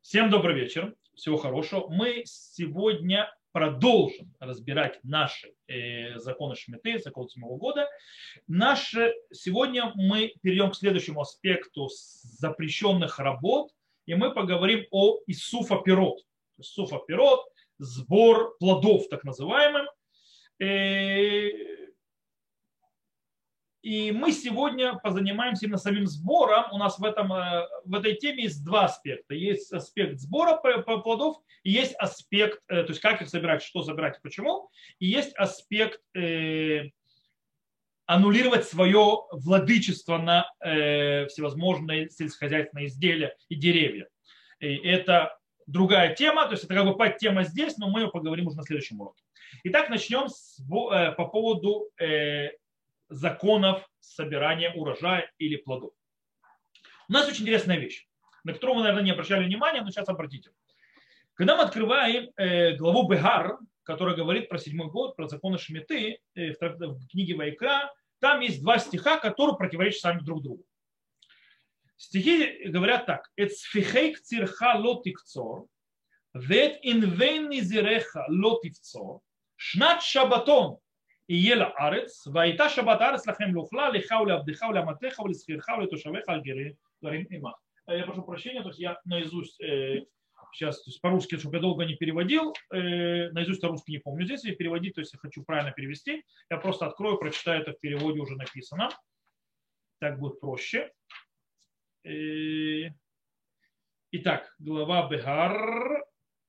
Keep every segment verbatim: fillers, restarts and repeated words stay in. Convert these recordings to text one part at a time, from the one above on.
Всем добрый вечер, всего хорошего. Мы сегодня продолжим разбирать наши э, законы Шмиты, законы седьмого года. Наши, сегодня мы перейдем к следующему аспекту запрещенных работ, и мы поговорим о Исуфа пирот. Исуфа пирот, сбор плодов, так называемым. Э, И мы сегодня позанимаемся именно самим сбором. У нас в, этом, в этой теме есть два аспекта. Есть аспект сбора плодов, и есть аспект, то есть как их собирать, что собирать и почему. И есть аспект э, аннулировать свое владычество на э, всевозможные сельскохозяйственные изделия и деревья. И это другая тема, то есть это как бы подтема здесь, но мы ее поговорим уже на следующем уроке. Итак, начнем с, э, по поводу э, законов собирания урожая или плодов. У нас очень интересная вещь, на которую мы, наверное, не обращали внимания, но сейчас обратите. Когда мы открываем э, главу Бегар, которая говорит про седьмой год, про законы Шмиты, э, в, в книге Вайкра, там есть два стиха, которые противоречат сами друг другу. Стихи говорят так. «Эцфихейк цирха лотикцор, вет инвейн низиреха лотивцор, шнат шабатон, и ела арец, ваита шаббат арец лахем лухла, лиха улябдыха уляматеха, улисхирха, улитушавеха, альгерим имах». Я прошу прощения, то есть я наизусть, э, сейчас то есть по-русски, чтобы я долго не переводил, э, наизусть русский не помню здесь, и переводить, то есть я хочу правильно перевести, я просто открою, прочитаю, это в переводе уже написано. Так будет проще. Э, итак, глава Бегар.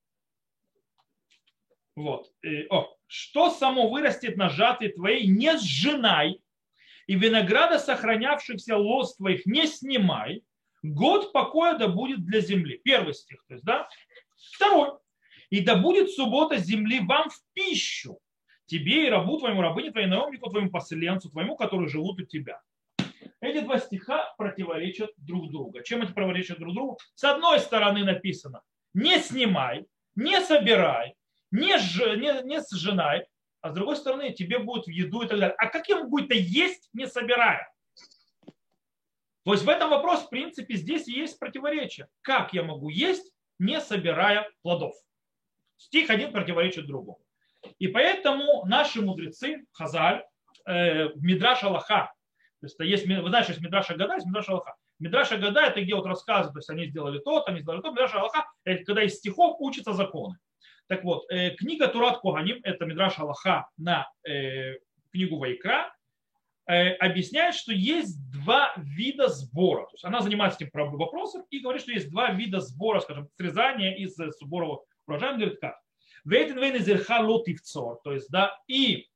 Вот. Э, о. Что само вырастет на жатве твоей, не сжинай, и винограда сохранявшихся лоз твоих не снимай, год покоя да будет для земли. Первый стих, то есть, да? Второй. И да будет суббота земли вам в пищу, тебе и рабу твоему, рабыне твоей, наемнику твоему, поселенцу твоему, которые живут у тебя. Эти два стиха противоречат друг другу. Чем эти противоречат друг другу? С одной стороны написано, не снимай, не собирай, Не, ж, не, не сжинай, а с другой стороны тебе будет в еду и так далее. А как ему будет-то есть, не собирая? То есть в этом вопрос, в принципе, здесь и есть противоречие. Как я могу есть, не собирая плодов? Стих один противоречит другому. И поэтому наши мудрецы, Хазаль, э, Мидраш Аллаха, то есть есть, вы знаете, есть Мидраш Агада, есть Мидраш Аллаха. Мидраш Агада это где вот рассказывают, то есть они сделали то, они сделали то. Мидраш Аллаха это когда из стихов учатся законы. Так вот, э, книга Турат Коганим, это Мидраш Аллаха на э, книгу Вайкра, э, объясняет, что есть два вида сбора. То есть она занимается этим вопросом и говорит, что есть два вида сбора, скажем, срезания из сбора урожая. Он говорит, как? Вейтен вейн зерха лотивцор, то есть, да, и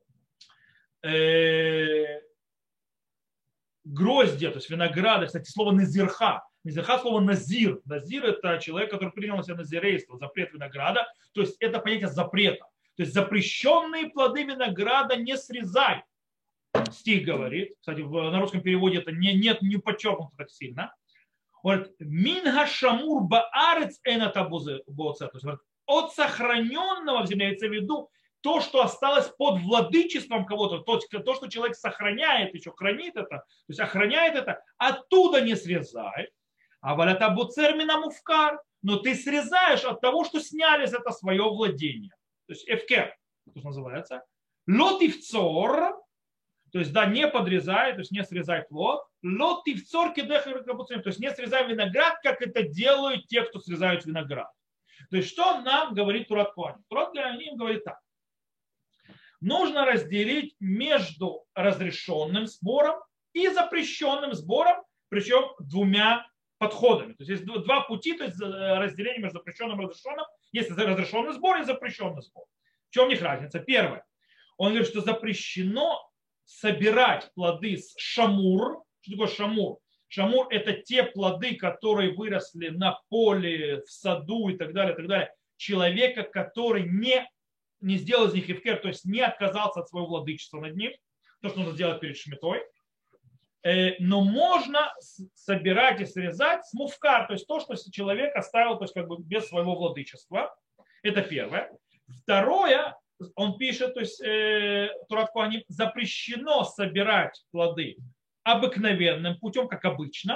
э, гроздья, то есть винограда, кстати, слово назирха. Назирха слово назир. Назир это человек, который принял на себя назирейство, запрет винограда. То есть это понятие запрета. То есть запрещенные плоды винограда не срезай. Стих говорит. Кстати, на русском переводе это не, нет, не подчеркнуто так сильно. Говорит, минга шамур баарец эната боце. То есть говорит, от сохраненного в земле, имеется в виду то, что осталось под владычеством кого-то, то, то, что человек сохраняет, еще хранит это, то есть охраняет это, оттуда не срезай. А валята буцермина муфкар, но ты срезаешь от того, что сняли это свое владение. То есть эфкер, что называется. Лотивцор, то есть да, не подрезай, то есть не срезай плод. Лотивцор кедехер, то есть не срезай виноград, как это делают те, кто срезают виноград. То есть что нам говорит Турат Коганим? Турат Коганим говорит так. Нужно разделить между разрешенным сбором и запрещенным сбором, причем двумя подходами. То есть есть два пути, то есть разделение между запрещенным и разрешенным. Есть разрешенный сбор и запрещенный сбор. В чем у них разница? Первое. Он говорит, что запрещено собирать плоды с шамур. Что такое шамур? Шамур это те плоды, которые выросли на поле, в саду и так далее, и так далее. Человека, который не, не сделал из них эфкер, то есть не отказался от своего владычества над ним. То, что нужно сделать перед шмитой. Но можно собирать и срезать с муфкар, то есть то, что человек оставил, то есть как бы без своего владычества. Это первое. Второе, он пишет, то есть э, Турат Коганим, запрещено собирать плоды обыкновенным путем, как обычно,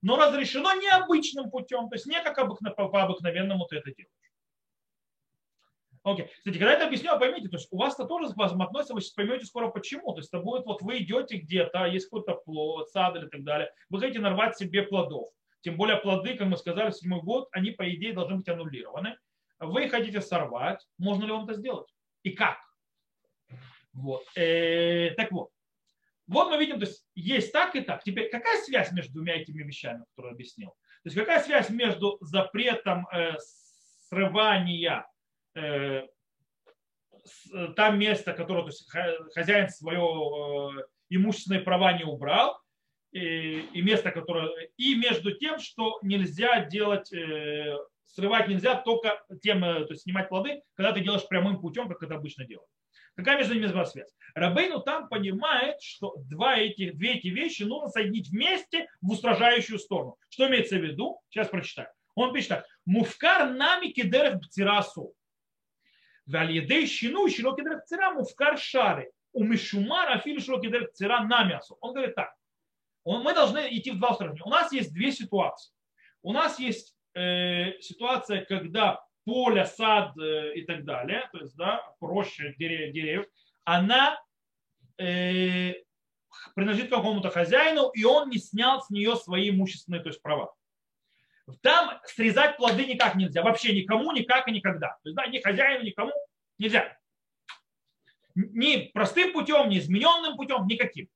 но разрешено необычным путем, то есть не как обыкновенно, по обыкновенному ты это делаешь. Окей. Кстати, когда я это объясняю, поймите, то есть у вас это тоже относится, вы сейчас поймете скоро почему. То есть это будет, вот вы идете где-то, есть какой-то плод, сад или так далее, вы хотите нарвать себе плодов. Тем более плоды, как мы сказали, в седьмой год, они, по идее, должны быть аннулированы. Вы хотите сорвать, можно ли вам это сделать? И как? Вот. Э, так вот. Вот мы видим, то есть есть так и так. Теперь какая связь между двумя этими вещами, которые я объяснил? То есть какая связь между запретом э, срывания э, с, там место, которое то есть, хозяин свое э, имущественное права не убрал, и, и место, которое и между тем, что нельзя делать, э, срывать нельзя только тем, э, то есть снимать плоды, когда ты делаешь прямым путем, как это обычно делают. Какая между ними связь? Рабейну там понимает, что два эти, две эти вещи нужно соединить вместе в устражающую сторону. Что имеется в виду? Сейчас прочитаю. Он пишет так. Муфкар нами кидерах бцирасу. Вальедей щину широки дерах бцира муфкар шары. У мишумар афили широки дерах бцира на мясо. Он говорит так. Мы должны идти в два устражения. У нас есть две ситуации. У нас есть э, ситуация, когда поле, сад и так далее, то есть, да, роща деревьев, она э, принадлежит какому-то хозяину, и он не снял с нее свои имущественные, то есть, права. Там срезать плоды никак нельзя, вообще никому, никак и никогда. То есть, да, ни хозяину, никому нельзя. Ни простым путем, ни измененным путем, никаким.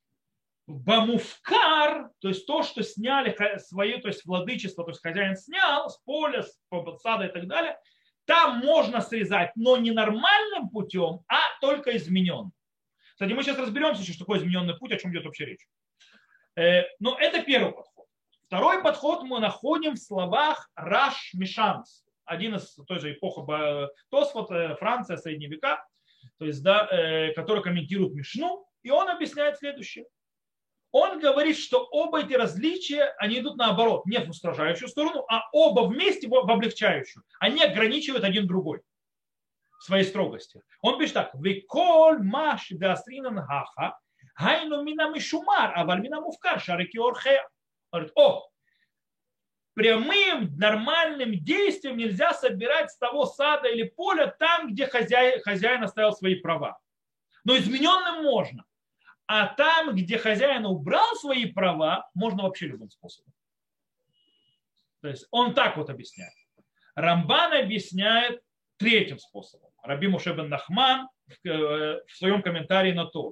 Бамуфкар, то есть то, что сняли свои, то есть владычество, то есть хозяин снял с поля, с сада и так далее, там можно срезать, но не нормальным путем, а только измененным. Кстати, мы сейчас разберемся, что такое измененный путь, о чем идет вообще речь. Но это первый подход. Второй подход мы находим в словах Раш Мишанс, один из той же эпохи Тосфот, Франция, Средние века, то есть, да, который комментирует Мишну, и он объясняет следующее. Он говорит, что оба эти различия, они идут наоборот, не в устражающую сторону, а оба вместе в облегчающую. Они ограничивают один другой в своей строгости. Он пишет так. «Виколь маш даастринан хаха, хайну мина мишумар, аваль мина муфкар, шарики орхея». Говорит, о, прямым нормальным действием нельзя собирать с того сада или поля там, где хозяин, хозяин оставил свои права. Но измененным можно. А там, где хозяин убрал свои права, можно вообще любым способом. То есть он так вот объясняет. Рамбан объясняет третьим способом. Раби Моше бен Нахман в своем комментарии на Тору.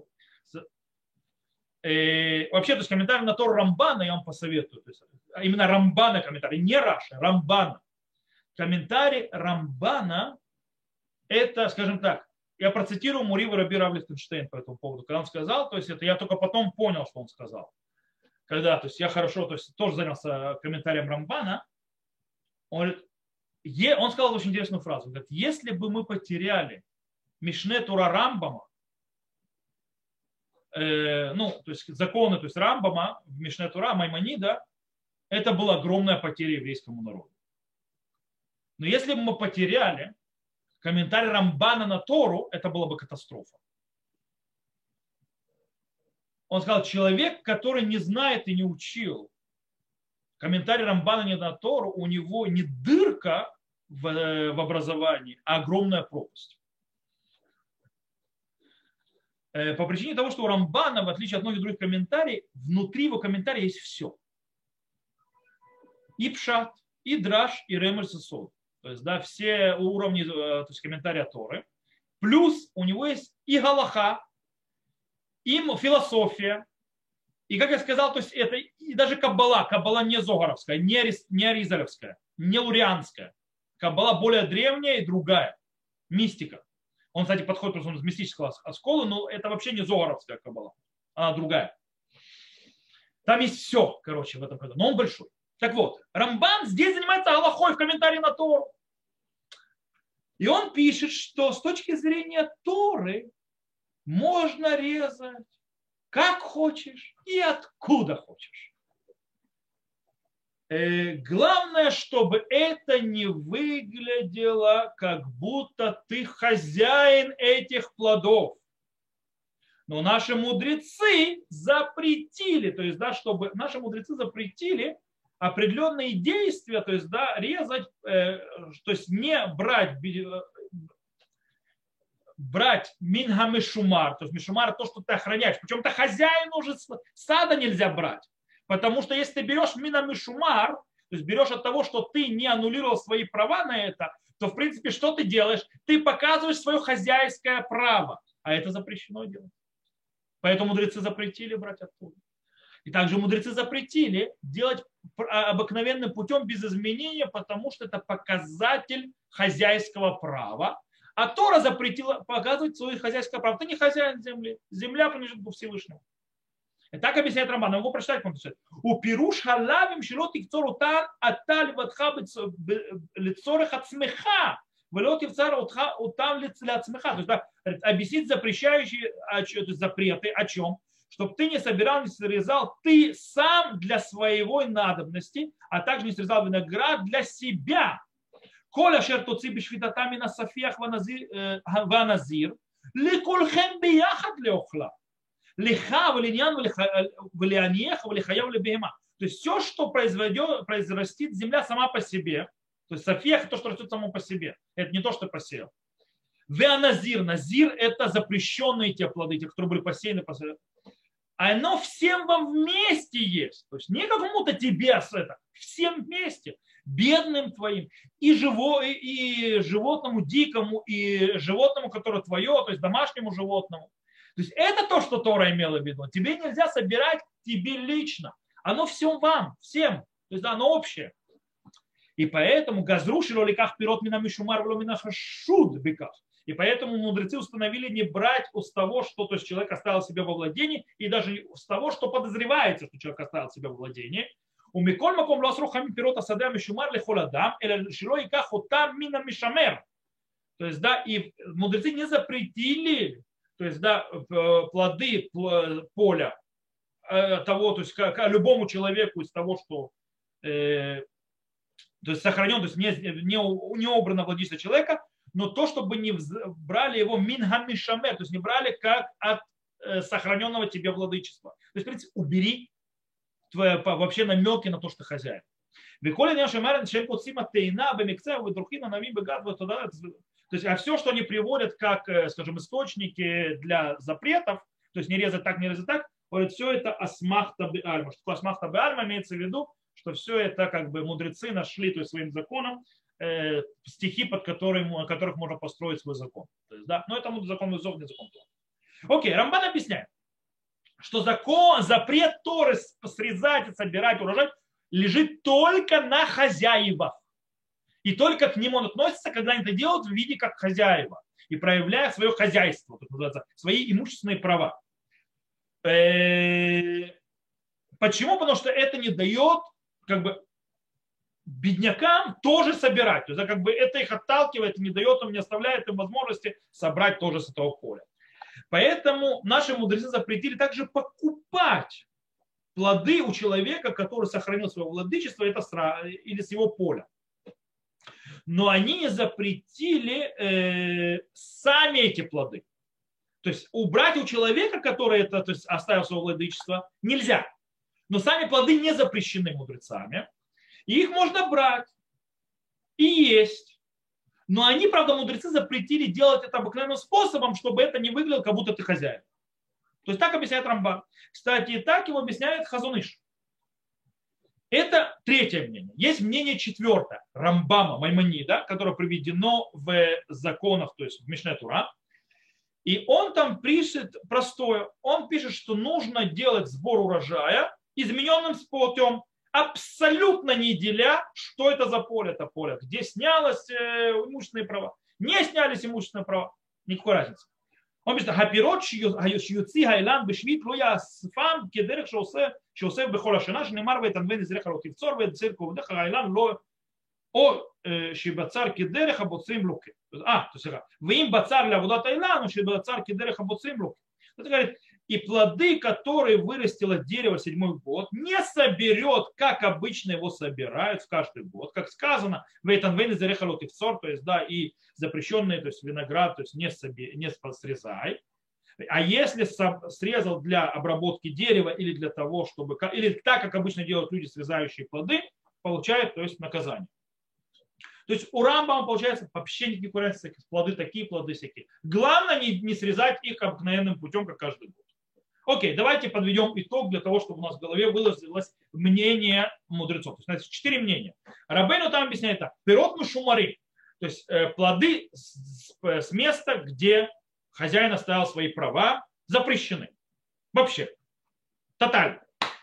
Вообще, то есть комментарий на Тору Рамбана я вам посоветую. То есть, именно Рамбана комментарий, не Раша, Рамбана. Комментарий Рамбана это, скажем так, я процитирую Мурива Раби Рав Лихтенштейн по этому поводу, когда он сказал, то есть это я только потом понял, что он сказал. Когда, то есть я хорошо, то есть тоже занялся комментарием Рамбана, он говорит, он сказал очень интересную фразу, он говорит, если бы мы потеряли Мишне Тура Рамбама, э, ну, то есть законы, то есть Рамбама в Мишне Тура, Маймонида, это была огромная потеря еврейскому народу. Но если бы мы потеряли комментарий Рамбана на Тору, это была бы катастрофа. Он сказал, человек, который не знает и не учил комментарий Рамбана не на Тору, у него не дырка в, в образовании, а огромная пропасть. По причине того, что у Рамбана, в отличие от многих других комментариев, внутри его комментария есть все. И пшат, и драш, и ремель сосод. То есть, да, все уровни, то есть, комментария Торы. Плюс у него есть и галаха, и философия. И, как я сказал, то есть это и даже каббала. Каббала не зогаровская, не, не аризалевская, не лурианская. Каббала более древняя и другая. Мистика. Он, кстати, подходит просто из мистического школы, но это вообще не зогаровская каббала. Она другая. Там есть все, короче, в этом году. Но он большой. Так вот, Рамбан здесь занимается галахой в комментарии на Тору. И он пишет, что с точки зрения Торы можно резать как хочешь и откуда хочешь. Э, главное, чтобы это не выглядело, как будто ты хозяин этих плодов. Но наши мудрецы запретили, то есть, да, чтобы наши мудрецы запретили определенные действия, то есть, да, резать, э, то есть не брать, брать минхамешумар, то есть мишумар то, что ты охраняешь. Причем это хозяин уже сада нельзя брать. Потому что если ты берешь минамишумар, то есть берешь от того, что ты не аннулировал свои права на это, то в принципе что ты делаешь? Ты показываешь свое хозяйское право. А это запрещено делать. Поэтому мудрецы запретили брать оттуда. И также мудрецы запретили делать обыкновенным путем без изменения, потому что это показатель хозяйского права. А Тора запретила показывать свое хозяйское право. Ты не хозяин земли. Земля принадлежит Всевышнему. И так объясняет Рамбан. Я могу прочитать. У пируш халавим шилот икцор утан аталь ватха лицорых от смеха. Велот ивцар утан от смеха. То есть да, объяснить запрещающие запреты о чем? Чтобы ты не собирал, не срезал ты сам для своей надобности, а также не срезал виноград для себя. Коля шертуци бешвитатами на софиях ваназир, лекольхем бияхат леохла, лиха валиньян валианьеха валихаяв лебехема. То есть все, что произрастит земля сама по себе, то есть софиях это то, что растет само по себе, это не то, что посеял. Веаназир, назир это запрещенные те плоды, те, которые были посеяны, посеяны. Оно всем вам вместе есть. То есть не кому-то тебе это, всем вместе. Бедным твоим, и, живо, и, и животному дикому, и животному, которое твое, то есть домашнему животному. То есть это то, что Тора имела в виду. Тебе нельзя собирать тебе лично. Оно всем вам, всем. То есть оно общее. И поэтому газрушило ликах пирот мина мишумар вло мина хашуд беках. И поэтому мудрецы установили не брать с того, что то есть человек оставил себе во владении, и даже с того, что подозревается, что человек оставил себе во владении. У Миколь Маком Лосру Хамим Пирота Садам Мишумар Лехоладам, или Шило и Кахотам Мина Мишамер. То есть, да, и мудрецы не запретили, то есть, да, плоды поля того, то есть, как любому человеку из того, что э, то есть сохранен, то есть не, не, не убрано владельство человека, но то, чтобы не брали его Минга Мишамер, то есть не брали как от э, сохраненного тебе владычества. То есть, в принципе, убери твои, вообще намеки на то, что ты хозяин. То есть, а все, что они приводят как, скажем, источники для запретов, то есть не резать так, не резать так, говорят, все это асмахта бе альма. Что такое асмахта бе альма? Имеется в виду, что все это как бы мудрецы нашли, то есть своим законом э, стихи, под которыми, которых можно построить свой закон. То есть, да, но это закон Мезов, не закон Тора. Окей, Рамбан объясняет, что закон, запрет Торы срезать и собирать урожай лежит только на хозяевах. И только к ним он относится, когда они это делают в виде как хозяева и проявляя свое хозяйство, свои имущественные права. Почему? Потому что это не дает как бы беднякам тоже собирать. То есть, как бы это их отталкивает, не дает им, не оставляет им возможности собрать тоже с этого поля. Поэтому наши мудрецы запретили также покупать плоды у человека, который сохранил свое владычество это с, или с его поля. Но они не запретили э, сами эти плоды. То есть убрать у человека, который это, то есть оставил свое владычество, нельзя. Но сами плоды не запрещены мудрецами. И их можно брать и есть. Но они, правда, мудрецы запретили делать это обыкновенным способом, чтобы это не выглядело, как будто ты хозяин. То есть так объясняет Рамбан. Кстати, и так его объясняет Хазон Иш. Это третье мнение. Есть мнение четвертое Рамбама Маймонида, которое приведено в законах, то есть в Мишне Тура. И он там пишет простое. Он пишет, что нужно делать сбор урожая измененным путем, абсолютно не деля, что это за поле, это поле, где снялось имущественные права. Не снялись имущественные права. Никакой разницы. Он пишет, хапирот шьюци гайлан бешвит лоя сфам кедерех שעושה בכל השנה, שנאמר ויתנבן נזירך לא תבצור ויצר כעובדיך גאילן לא, או שבצר כדרך הבוצרים לוקה. אה, סליחה. ואם בצר לעבודת האילן, או שבצר כדרך הבוצרים луке. Это говорит, и плоды, которые вырастило дерево седьмой год, не соберет, как обычно его собирают в каждый год. Как сказано, вейтанвейн из орехалот и всор, то есть, да, и запрещенный, то есть виноград, то есть не, соби, не срезай. А если срезал для обработки дерева или для того, чтобы, или так, как обычно делают люди, срезающие плоды, получает, то есть, наказание. То есть у Рамбама получается вообще никаких разницы, плоды такие, плоды всякие. Главное не, не срезать их обыкновенным путем, как каждый год. Окей, давайте подведем итог для того, чтобы у нас в голове выразилось мнение мудрецов. То есть, значит, четыре мнения. Рабейну там объясняет так. Пирот мушумари, то есть э, плоды с, с места, где хозяин оставил свои права, запрещены. Вообще. Тотально.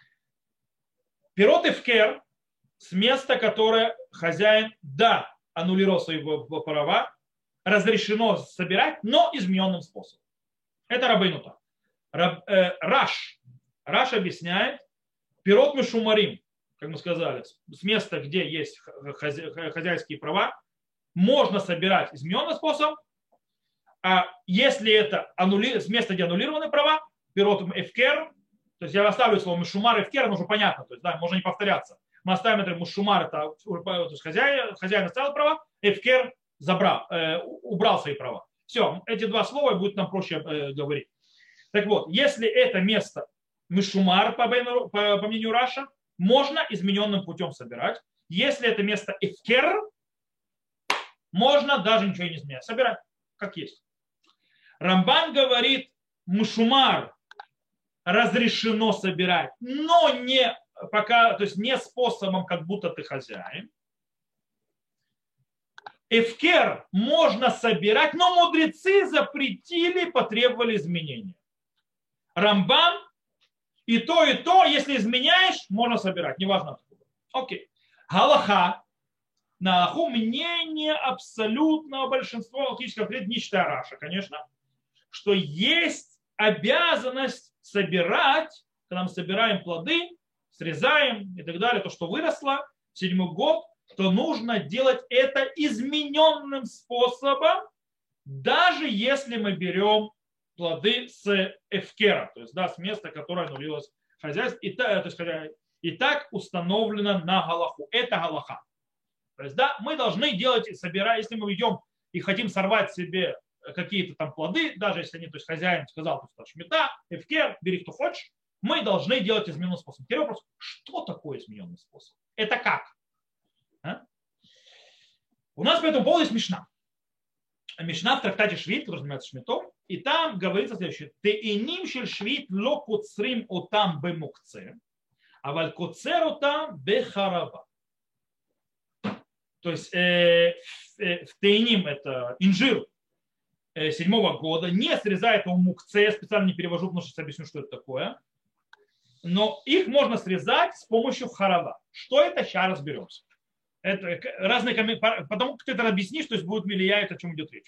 Пирот эфкер с места, которое хозяин, да, аннулировал свои права, разрешено собирать, но измененным способом. Это Рабейну там. Раб, э, Раш. Раш объясняет, пирот мишумарим, как мы сказали, с места, где есть хозяйские права, можно собирать измененным способом, а если это аннули... с места, где аннулированы права, пирот эфкер, то есть я оставлю слово мишумар эфкер, оно уже понятно, то есть да, можно не повторяться. Мы оставим это мушумар, это то есть хозяин, хозяин оставил права, эфкер забрал, э, убрал свои права. Все, эти два слова будет нам проще э, говорить. Так вот, если это место мишумар, по, по, по мнению Раша, можно измененным путем собирать. Если это место эфкер, можно даже ничего не изменять. Собирать, как есть. Рамбан говорит, мушумар разрешено собирать, но не пока, то есть не способом, как будто ты хозяин. Эфкер можно собирать, но мудрецы запретили, потребовали изменения. Рамбан и то, и то, если изменяешь, можно собирать, неважно откуда. Окей. Галаха. На Аллаху мнение абсолютного большинства логических авторитетов, не считая Раша, конечно, что есть обязанность собирать, когда мы собираем плоды, срезаем и так далее, то, что выросло в седьмой год, то нужно делать это измененным способом, даже если мы берем плоды с эфкера, то есть да, с места, которое аннулировалось хозяйство, и, то есть, и так установлено на галаху. Это галаха. То есть, да, мы должны делать, собирая, если мы идем и хотим сорвать себе какие-то там плоды, даже если они, то есть хозяин сказал, то есть шмита, эфкер, бери кто хочешь, мы должны делать измененный способ. Теперь вопрос, что такое измененный способ? Это как? А? У нас по этому поводу есть Мишна. Мишна в трактате Швид, который занимается шмитом, и там говорится следующее. Теиним шель швид ло куцрим отам бемукце, а валь куцер отам бехараба. То есть э, э, в тейним, это инжир э, седьмого года, не срезает его мукце, я специально не перевожу, потому что объясню, что это такое. Но их можно срезать с помощью хараба. Что это? Сейчас разберемся. Это разные комментарии, потому что ты это объяснишь, то есть будет влиять, о чем идет речь.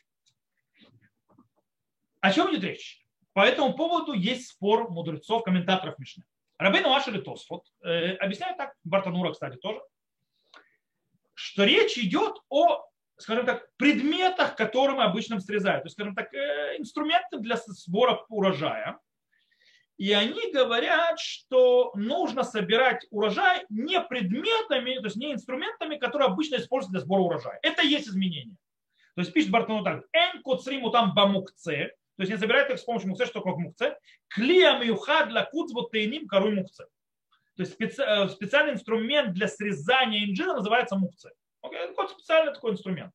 О чем идет речь? По этому поводу есть спор мудрецов, комментаторов Мишны. Рабейну Ашер и Тосфот э, объясняют так, Бартанура, кстати, тоже, что речь идет о, скажем так, предметах, которые мы обычно срезаем. То есть, скажем так, инструменты для сбора урожая. И они говорят, что нужно собирать урожай не предметами, то есть не инструментами, которые обычно используются для сбора урожая. Это и есть изменение. То есть пишет Бартану так. Эн коцриму там бамукце. То есть не собирают их с помощью мукце, что такое мукце. Клея мюха для куцвот тейним коруй мукце. То есть специ... специальный инструмент для срезания инжира называется мукце. Okay? Это специальный такой инструмент.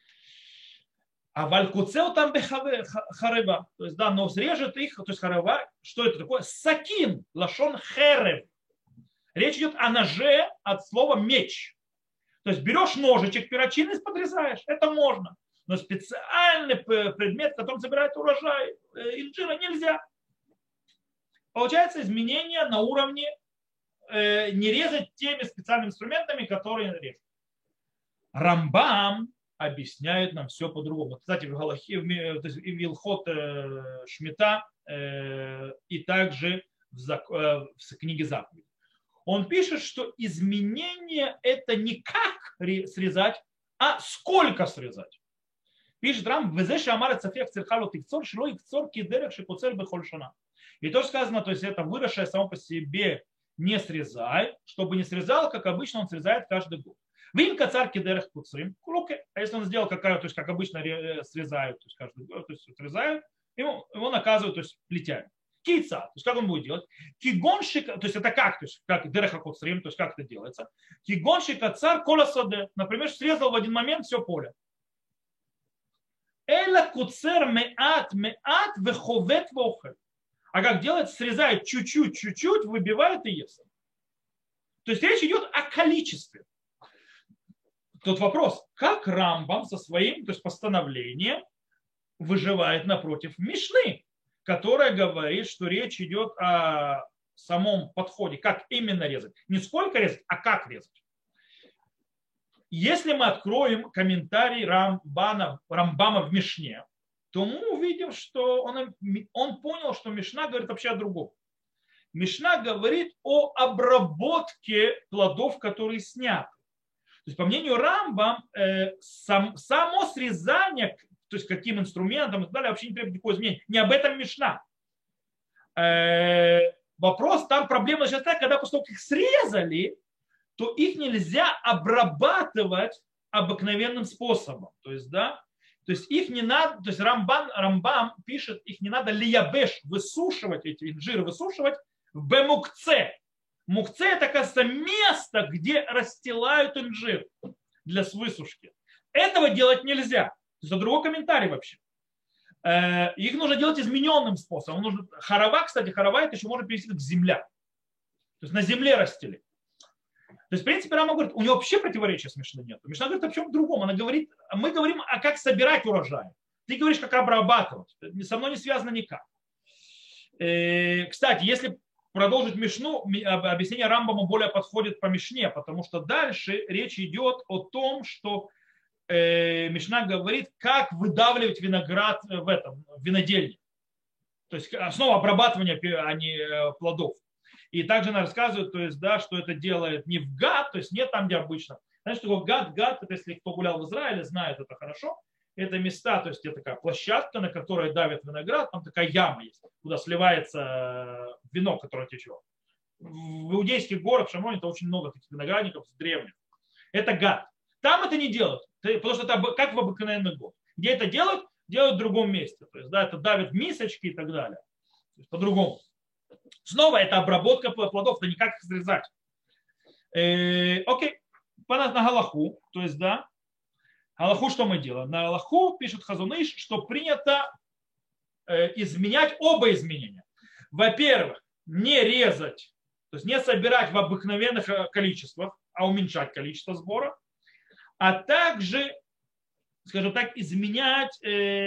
А валькуцеу там харева. То есть, да, но срежет их, то есть харева, что это такое? Сакин, лашон херев. Речь идет о ноже от слова меч. То есть берешь ножичек, перочинный, подрезаешь. Это можно. Но специальный предмет, которым собирает урожай инжира, нельзя. Получается изменение на уровне не резать теми специальными инструментами, которые режут. Рамбам объясняет нам все по-другому. Кстати, в Галахе, то есть в Вилхот Шмита и также в книге заповедей. Он пишет, что изменение это не как срезать, а сколько срезать. Пишет Рам, везеши амара цафех цирхалу тикцор, шло икцор кидерах шикуцель бехольшана. И то сказано, то есть это выросшее само по себе не срезай, чтобы не срезал, как обычно он срезает каждый год. Вим кацар кидерах куцрим, круке. А если он сделал какая, то есть как обычно срезают, то есть каждый год, то есть срезают, Ему, его наказывают, то есть плетями. Кейца, то есть как он будет делать? Кигонщик, то есть это как, то есть как дереха коцрим, то есть как это делается? Кигонщик царь колосоде, например, срезал в один момент все поле. Эла куцер меат меат веховет вохель. А как делает? Срезает чуть-чуть, чуть-чуть, выбивает и ест. То есть речь идет о количестве. Тут вопрос, как Рамбам со своим, то есть постановлением выживает напротив Мишны, которая говорит, что речь идет о самом подходе, как именно резать. Не сколько резать, а как резать. Если мы откроем комментарий Рамбана, Рамбама в Мишне, то мы увидим, что он, он понял, что Мишна говорит вообще о другом. Мишна говорит о обработке плодов, которые сняты. То есть, по мнению Рамбам, э, сам, само срезание, то есть каким инструментом и так далее, вообще не требует никакого изменения. Не об этом Мишна. Э, вопрос, там проблема сейчас так, когда после того, как их срезали, то их нельзя обрабатывать обыкновенным способом. То есть, да, то есть их не надо, то есть Рамбан, Рамбам пишет, их не надо лиябеш, высушивать, эти инжиры высушивать в бемукце. Мукце это, кажется, место, где расстилают инжир для высушки. Этого делать нельзя. То есть это другой комментарий вообще. Их нужно делать измененным способом. Нужно... Харава, кстати, харава это еще можно перевести как земля. То есть на земле расстелить. То есть, в принципе, Рама говорит, у него вообще противоречия с Мишной нет. Мишна говорит о чем другом. Она говорит, мы говорим о как собирать урожай. Ты говоришь, как обрабатывать. Со мной не связано никак. Кстати, если продолжить Мишну, объяснение Рамбама более подходит по Мишне, потому что дальше речь идет о том, что Мишна говорит, как выдавливать виноград в этом в винодельне. То есть основа обрабатывания, а не плодов. И также она рассказывает, то есть, да, что это делает не в Гад, то есть не там, где обычно. Знаете, что такое Гад? Гад, это если кто гулял в Израиле, знает это хорошо. Это места, то есть это такая площадка, на которой давит виноград, там такая яма есть, куда сливается вино, которое течет. В иудейских горах, в Шамоне, это очень много таких виноградников древних. Это Гад. Там это не делают, потому что это как в обыкновенный год. Где это делают? Делают в другом месте. То есть, да, это давят мисочки и так далее. То есть, по-другому. Снова это обработка плодов, это никак их срезать. Э, окей, понятно, на Галаху, то есть, да, Галаху что мы делаем? На Галаху пишет Хазон Иш, что принято э, изменять оба изменения. Во-первых, не резать, то есть не собирать в обыкновенных количествах, а уменьшать количество сбора, а также, скажем так, изменять,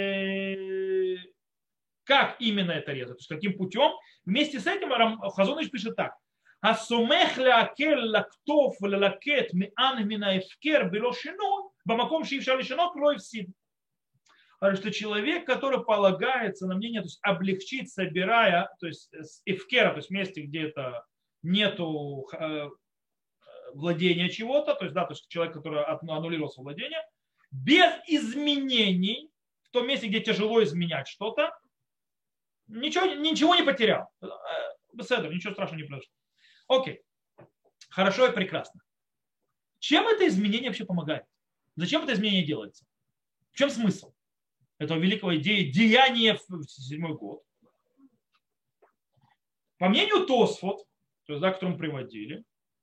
э, как именно это резать, то есть каким путем. Вместе с этим Хазон Иш пишет так. הסומך להקל לכתוב וללקט מאן מן ההפקר בלא שינוי, במקום שאי אפשר לשנות לא הפסיד. Что человек, который полагается на мнение, то есть облегчить, собирая, то есть с эфкера, то есть в месте, где это нету владения чего-то, то есть, да, то есть человек, который аннулировал свое владение, без изменений, в том месте, где тяжело изменять что-то, ничего, ничего не потерял. Беседер, ничего страшного не произошло. Окей, хорошо и прекрасно. Чем это изменение вообще помогает? Зачем это изменение делается? В чем смысл этого великого идеи деяния в седьмой год? По мнению Тосфот, то есть, да, которым приводили,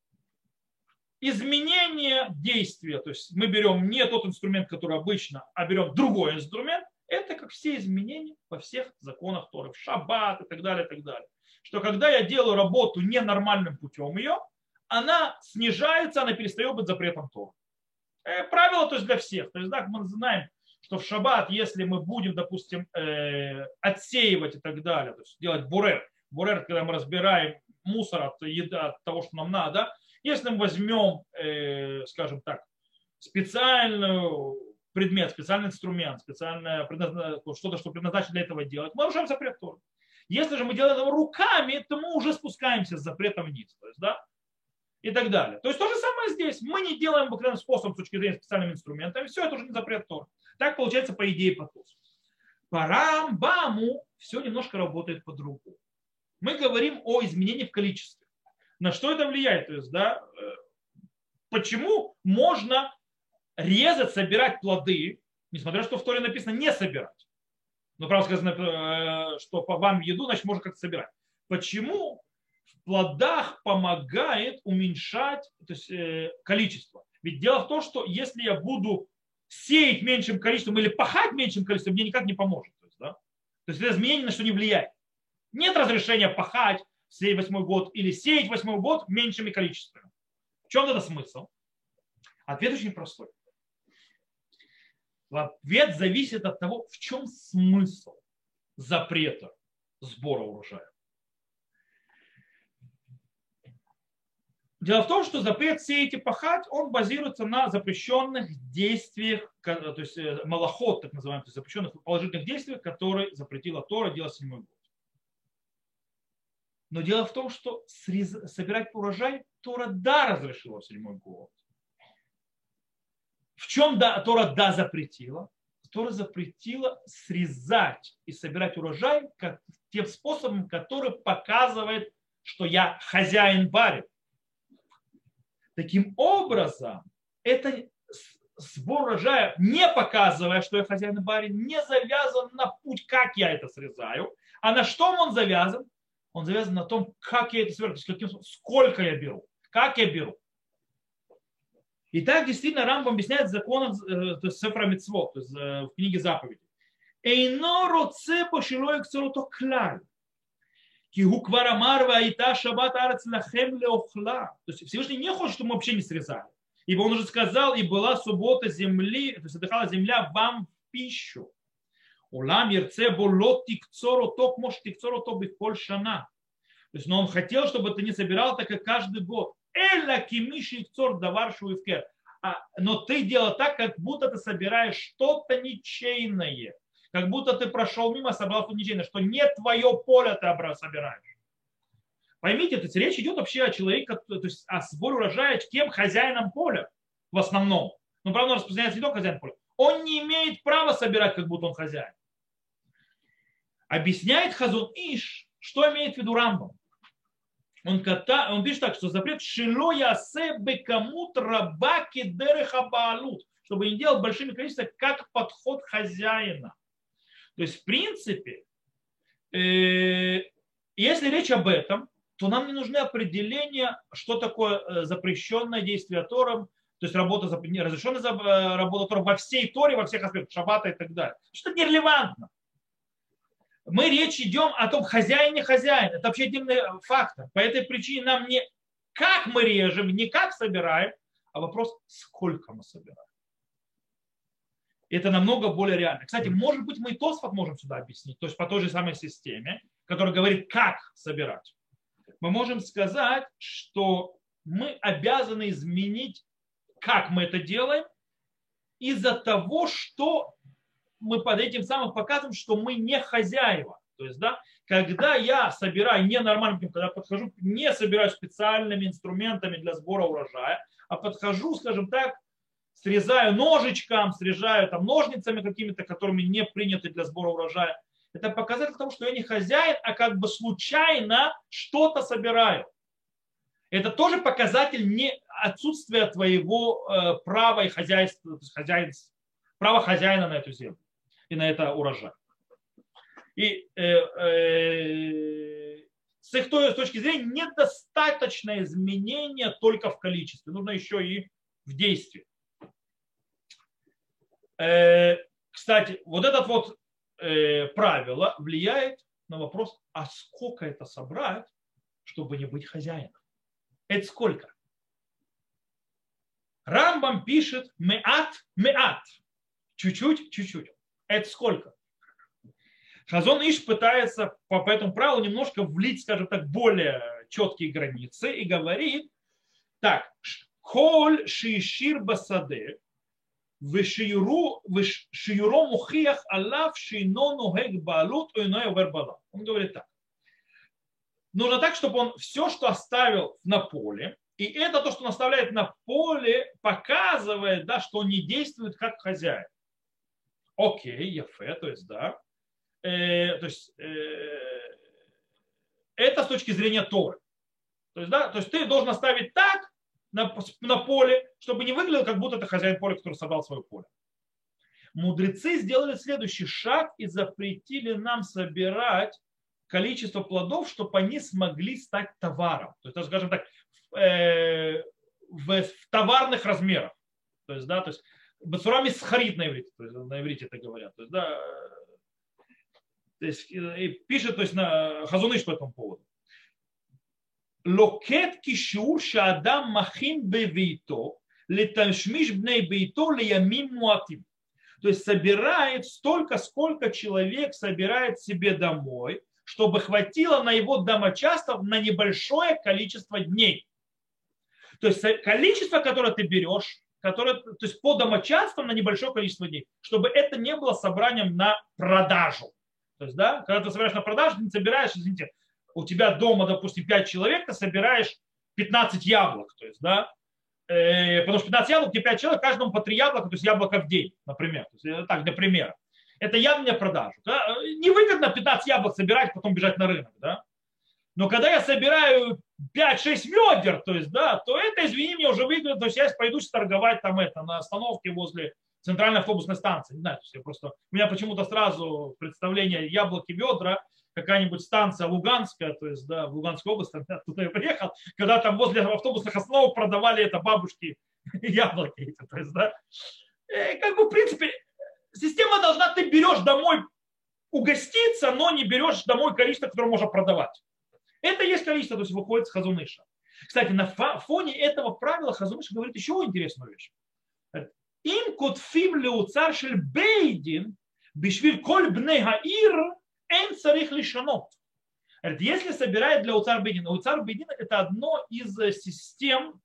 изменение действия, то есть мы берем не тот инструмент, который обычно, а берем другой инструмент, это как все изменения во всех законах Торы, в шаббат и так далее, и так далее. Что когда я делаю работу ненормальным путем ее, она снижается, она перестает быть запретом Торы. Правило, то есть для всех. То есть, да, мы знаем, что в шаббат, если мы будем, допустим, отсеивать и так далее, то есть делать бурер, бурер, когда мы разбираем мусор от еды, от того, что нам надо, если мы возьмем, скажем так, специальный предмет, специальный инструмент, специальное что-то, что предназначено для этого делать, мы нарушаем запрет Торы. Если же мы делаем это руками, то мы уже спускаемся с запретом вниз. То есть, да? И так далее. То есть то же самое здесь. Мы не делаем обыкновенным способом с точки зрения специальными инструментами. Все, это уже не запрет Торы. Так получается по идее по Тосу. По Рамбаму все немножко работает по-другому. Мы говорим о изменении в количестве. На что это влияет? То есть, да, почему можно резать, собирать плоды, несмотря на то, что в Торе написано не собирать? Но правда сказано, что по вам еду, значит, можно как-то собирать. Почему в плодах помогает уменьшать то есть, количество? Ведь дело в том, что если я буду сеять меньшим количеством или пахать меньшим количеством, мне никак не поможет. То есть, да? То есть это изменение на что не влияет. Нет разрешения пахать сеять восьмой год или сеять восьмой год меньшими количествами. В чем это смысл? Ответ очень простой. Ответ зависит от того, в чем смысл запрета сбора урожая. Дело в том, что запрет сеять и пахать, он базируется на запрещенных действиях, то есть малахот, так называемых, то есть запрещенных положительных действиях, которые запретила Тора делать в седьмой год. Но дело в том, что срез... собирать урожай Тора да разрешила в седьмой год. В чем да, Тора да запретила? Тора запретила срезать и собирать урожай как, тем способом, который показывает, что я хозяин барин. Таким образом, это сбор урожая, не показывая, что я хозяин барин, не завязан на путь, как я это срезаю. А на что он завязан? Он завязан на том, как я это собираю, то есть каким, сколько я беру, как я беру. И так действительно Рамбам объясняет законом Сефра Мицвот, то есть в книге заповедей. Эйно роце пошилой кцорото клаль. Кигу кварамарва ита шаббат арец лахем леохла. То есть Всевышний не хочет, чтобы мы вообще не срезали. Ибо он уже сказал, и была суббота земли, то есть отдыхала земля вам в пищу. Улам ерце болот тикцоро ток может тикцоро то быть шана. То есть, но он хотел, чтобы ты не собирал так, как каждый год. Эля кимиши икцор даваршу ивкер. Но ты делал так, как будто ты собираешь что-то ничейное. Как будто ты прошел мимо, собрал что-то ничейное. Что не твое поле ты собираешь. Поймите, то есть речь идет вообще о человеке, то есть о сборе урожая, кем хозяином поля в основном. Но правда он распространяется не только хозяин поля. Он не имеет права собирать, как будто он хозяин. Объясняет Хазон Иш, что имеет в виду Рамбам. Он, ката, он пишет так, что запрет шило ясе бекамут рабаки дереха баалут, чтобы не делать большими количествами, как подход хозяина. То есть, в принципе, э, если речь об этом, то нам не нужны определения, что такое запрещенное действие Тором, то есть работа, разрешенная работа Тором во всей Торе, во всех аспектах, шаббата и так далее. Что это нерелевантно. Мы речь идем о том, хозяин не хозяин. Это вообще отдельный фактор. По этой причине нам не как мы режем, не как собираем, а вопрос, сколько мы собираем. Это намного более реально. Кстати, может быть, мы и Тосфот можем сюда объяснить, то есть по той же самой системе, которая говорит, как собирать. Мы можем сказать, что мы обязаны изменить, как мы это делаем, из-за того, что мы под этим самым показываем, что мы не хозяева. То есть, да, когда я собираю ненормальным, когда подхожу, не собираю специальными инструментами для сбора урожая, а подхожу, скажем так, срезаю ножичком, срезаю там, ножницами какими-то, которыми не приняты для сбора урожая. Это показатель того, что я не хозяин, а как бы случайно что-то собираю. Это тоже показатель не отсутствия твоего э, права и хозяйства, хозяйства, права хозяина на эту землю и на это урожай. И э, э, с их той, с точки зрения недостаточно изменения только в количестве, нужно еще и в действии. Э, кстати, вот это вот э, правило влияет на вопрос, а сколько это собрать, чтобы не быть хозяином? Это сколько? Рамбам пишет меат, меат. Чуть-чуть, чуть-чуть. Это сколько? Хазон Иш пытается по, по этому правилу немножко влить, скажем так, более четкие границы и говорит, так, коль шишир басаде, вишиюро мухиях аллав шино нугег балут ойной вербала. Он говорит так. Нужно так, чтобы он все, что оставил на поле, и это то, что он оставляет на поле, показывает, да, что он не действует как хозяин. Окей, яфе, то есть, да. Э, то есть, э, это с точки зрения Торы. То есть, да, то есть ты должен оставить так на, на поле, чтобы не выглядело, как будто ты хозяин поля, который собрал свое поле. Мудрецы сделали следующий шаг и запретили нам собирать количество плодов, чтобы они смогли стать товаром. То есть, скажем так, в, в товарных размерах. То есть, да, то есть бацурами схарит на иврите, то есть, на иврите это говорят. То есть, да, то есть, и пишет, то есть, на Хазуныш по этому поводу. Локет кишур шаадам махин бевито леташмиш бней бейто леямим муатим. То есть собирает столько, сколько человек собирает себе домой, чтобы хватило на его домочадцев на небольшое количество дней. То есть количество, которое ты берешь, которое, то есть по домочадцам на небольшое количество дней, чтобы это не было собранием на продажу. То есть, да, когда ты собираешь на продажу, ты не собираешь, извините, у тебя дома, допустим, пять человек, ты собираешь пятнадцать яблок. То есть, да, э, потому что пятнадцать яблок, и пять человек, каждому по три яблока, то есть яблоко в день, например. То есть, так, для примера. Это явно не продажу. Да? Невыгодно пятнадцать яблок собирать, потом бежать на рынок. Да? Но когда я собираю пять-шесть ведер, то есть, да, то это, извини, мне уже выгодно, то есть я пойду торговать там это, на остановке возле центральной автобусной станции. Не знаю, я просто, у меня почему-то сразу представление яблоки, ведра, какая-нибудь станция Луганская, то есть, да, в Луганской области, туда я приехал, когда там возле автобусных остановок продавали это бабушки яблоки. То есть, да, и как бы, в принципе, система должна, ты берешь домой угоститься, но не берешь домой количество, которое можно продавать. Это есть количество, то есть выходит с Хазуныша. Кстати, на фоне этого правила Хазуныш говорит еще интересную вещь. Им котфим леуцар шель бейдин бишвиль коль бней хаир эн царих лишанот. Если собирает для уцар бейдина, уцар бейдина это одно из систем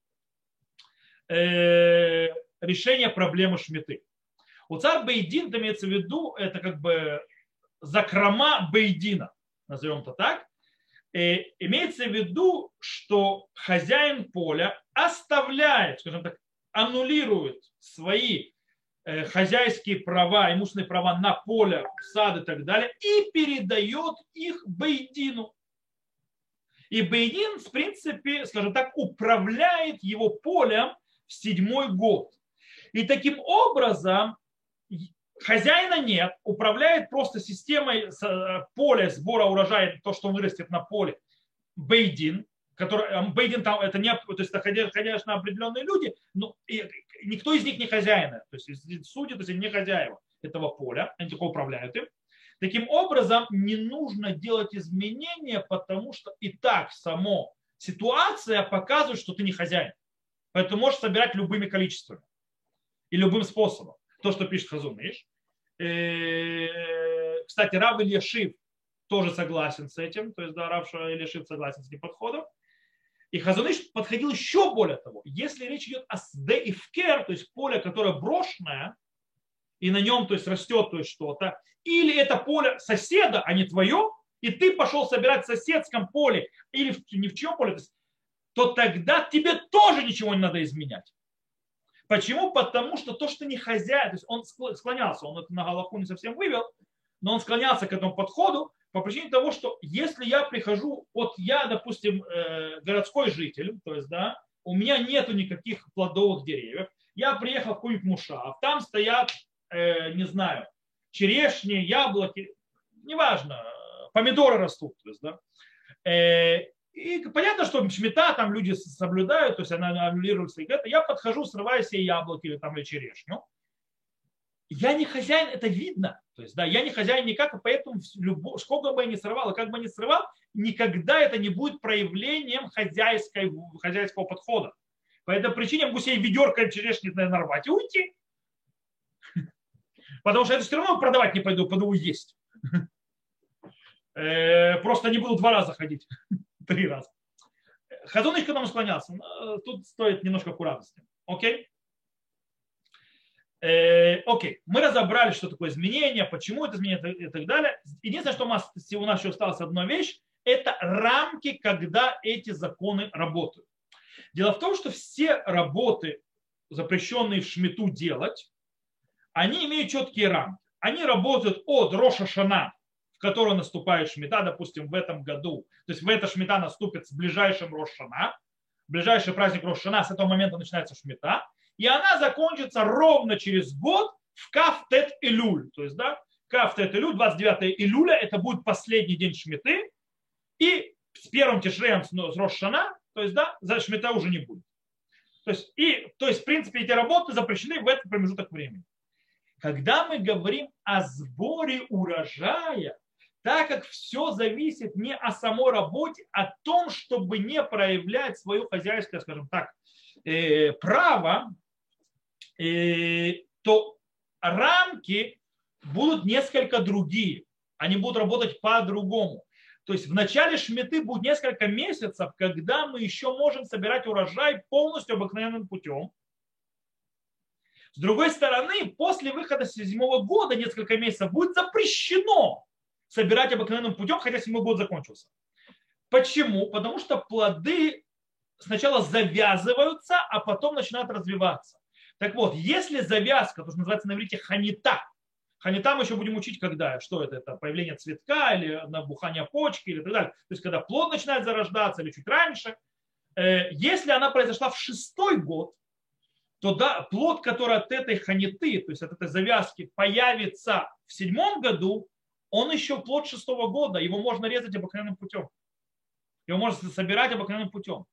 э, решения проблемы шмиты. Уцар бейдин, это имеется в виду, это как бы закрома бейдина, назовем это так. И имеется в виду, что хозяин поля оставляет, скажем так, аннулирует свои э, хозяйские права, имущественные права на поле, сад и так далее, и передает их бейдину. И бейдин, в принципе, скажем так, управляет его полем в седьмой год. И таким образом хозяина нет, управляет просто системой поля, сбора урожая, то, что вырастет на поле, бейдин, который, бейдин там, это не, то есть, это, конечно, определенные люди, но и, никто из них не хозяина, то есть судьи, то есть не хозяева этого поля, они только управляют им. Таким образом, не нужно делать изменения, потому что и так само ситуация показывает, что ты не хозяин. Поэтому можешь собирать любыми количествами и любым способом. То, что пишет Хазуныш. Кстати, Рав Ильяшив тоже согласен с этим. То есть, да, Рав Ильяшив согласен с этим подходом. И Хазуныш подходил еще более того. Если речь идет о сде и вкер, то есть поле, которое брошенное, и на нем то есть, растет то есть, что-то, или это поле соседа, а не твое, и ты пошел собирать в соседском поле, или ни в чьем поле, то, есть, то тогда тебе тоже ничего не надо изменять. Почему? Потому что то, что не хозяин, то есть он склонялся, он это на галаху не совсем вывел, но он склонялся к этому подходу по причине того, что если я прихожу, вот я, допустим, городской житель, то есть, да, у меня нету никаких плодовых деревьев, я приехал в какой-нибудь мушав, там стоят, не знаю, черешни, яблоки, неважно, помидоры растут, то есть, да. И понятно, что шмита там люди соблюдают, то есть она аннулируется. И это. Я подхожу, срываю себе яблоки или, там, или черешню. Я не хозяин, это видно. То есть, да, я не хозяин никак, и поэтому любо, сколько бы я ни срывал, и как бы ни срывал, никогда это не будет проявлением хозяйской, хозяйского подхода. По этой причине я могу себе ведерко черешни нарвать и уйти. Потому что это все равно продавать не пойду, пойду есть. Просто не буду два раза ходить. Три раза. Хазуныш к этому склонялся. Тут стоит немножко аккуратности. Окей? Э, окей. Мы разобрали, что такое изменение, почему это изменение и так далее. Единственное, что у нас, у нас еще осталась одна вещь, это рамки, когда эти законы работают. Дело в том, что все работы, запрещенные в шмиту делать, они имеют четкие рамки. Они работают от Роша Шана, в которую наступает шмита, допустим, в этом году. То есть в эта шмита наступит с ближайшим Рош Шана. Ближайший праздник Рош Шана, с этого момента начинается шмита. И она закончится ровно через год в Кав Тет Илюль. То есть, да, Кав Тет Илюль, двадцать девятое июля, это будет последний день Шмиты. И с первым Тишреем с Рош Шана, то есть, да, за Шмита уже не будет. То есть, и, то есть, в принципе, эти работы запрещены в этот промежуток времени. Когда мы говорим о сборе урожая, так как все зависит не о самой работе, а о том, чтобы не проявлять свое хозяйское, скажем так, э, право, э, то рамки будут несколько другие. Они будут работать по-другому. То есть в начале шмиты будет несколько месяцев, когда мы еще можем собирать урожай полностью обыкновенным путем. С другой стороны, после выхода седьмого года несколько месяцев будет запрещено собирать обыкновенным путем, хотя седьмой год закончился. Почему? Потому что плоды сначала завязываются, а потом начинают развиваться. Так вот, если завязка, то, что называется на иврите ханита, ханита мы еще будем учить, когда, что это, это появление цветка или набухание почки или так далее. То есть, когда плод начинает зарождаться или чуть раньше. Если она произошла в шестой год, то да, плод, который от этой ханиты, то есть от этой завязки, появится в седьмом году, он еще плод шестого года, его можно резать обыкновенным путем. Его можно собирать обыкновенным путем.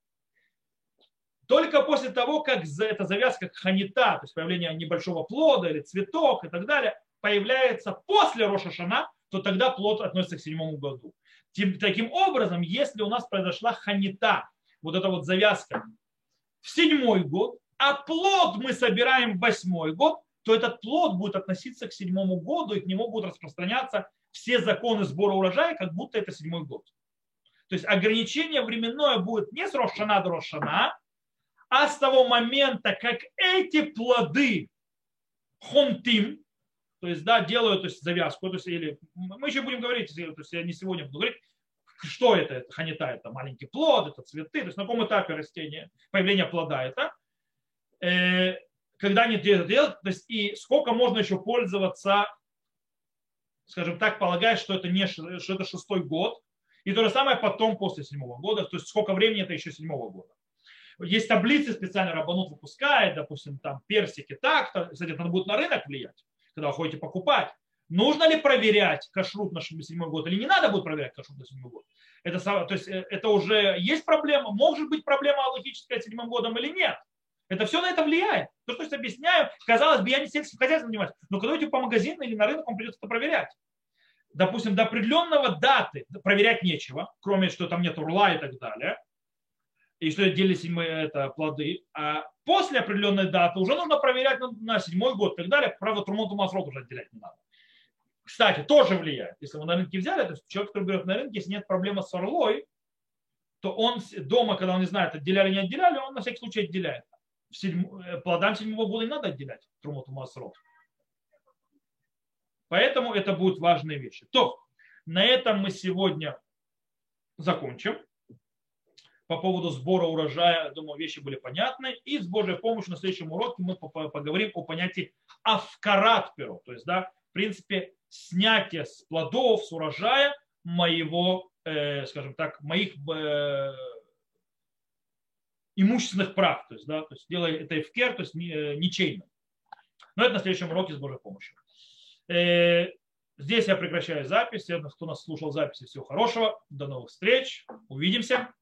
Только после того, как эта завязка ханита, то есть появление небольшого плода или цветок и так далее, появляется после Роша Шана, то тогда плод относится к седьмому году. Таким образом, если у нас произошла ханита, вот эта вот завязка в седьмой год, а плод мы собираем в восьмой год, то этот плод будет относиться к седьмому году, и к нему будут распространяться все законы сбора урожая, как будто это седьмой год. То есть ограничение временное будет не с Рош Шана до Рош Шана, а с того момента, как эти плоды хонтим, то есть, да, делают, то есть, завязку, то есть, или мы еще будем говорить, то есть я не сегодня буду говорить, что это, это ханита, это маленький плод, это цветы, то есть на каком этапе растения, появления плода это, э, когда они это делают, то есть и сколько можно еще пользоваться, скажем так, полагая, что это не что это шестой год, и то же самое потом после седьмого года, то есть сколько времени это еще седьмого года. Есть таблицы специально Рабанут выпускает, допустим, там персики так-то, кстати, это будет на рынок влиять, когда вы ходите покупать. Нужно ли проверять кашрут на седьмой год или не надо будет проверять кашрут на седьмой год? Это, то есть, это уже есть проблема, может быть проблема логическая с седьмым годом или нет. Это все на это влияет. То, что я объясняю, казалось бы, я не сельским хозяйством занимаюсь, но когда идете по магазину или на рынок, вам придется это проверять. Допустим, до определенного даты проверять нечего, кроме что там нет урла и так далее, и что делились мы это плоды. А после определенной даты уже нужно проверять на, на седьмой год и так далее. Правда, трумот и масрот уже отделять не надо. Кстати, тоже влияет. Если вы на рынке взяли, то есть человек, который берет на рынке, если нет проблемы с орлой, то он дома, когда он не знает, отделяли или не отделяли, он на всякий случай отделяет. В седьм... Плодам седьмого года не надо отделять трумот и масрот. Поэтому это будут важные вещи. То, на этом мы сегодня закончим. По поводу сбора урожая, думаю, вещи были понятны. И с Божьей помощью на следующем уроке мы поговорим о понятии авкарат перо. То есть, да, в принципе, снятие с плодов, с урожая моего, э, скажем так, моих э, имущественных прав. То есть, да, то есть делая это эфкер, то есть ничейно. Но это на следующем уроке с Божьей помощью. Э, здесь я прекращаю запись. Кто нас слушал записи, всего хорошего. До новых встреч. Увидимся.